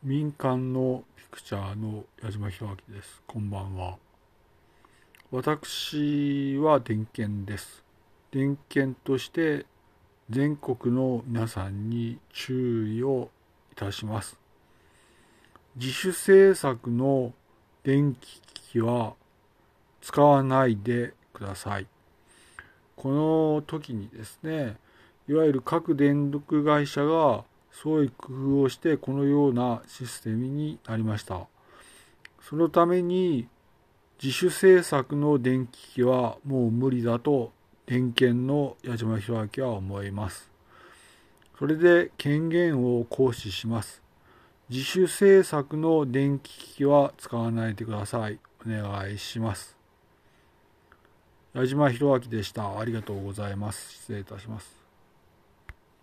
民間のピクチャーの矢島弘明です。こんばんは。私は電検です。電検として全国の皆さんに注意をいたします。自主制作の電気機器は使わないでください。この時にですね、いわゆる各電力会社が創意工夫をしてこのようなシステムになりました。そのために自主制作の電気機器はもう無理だと電検の矢島弘明は思います。それで権限を行使します。自主制作の電気機器は使わないでください。お願いします。矢島弘明でした。ありがとうございます。失礼いたします。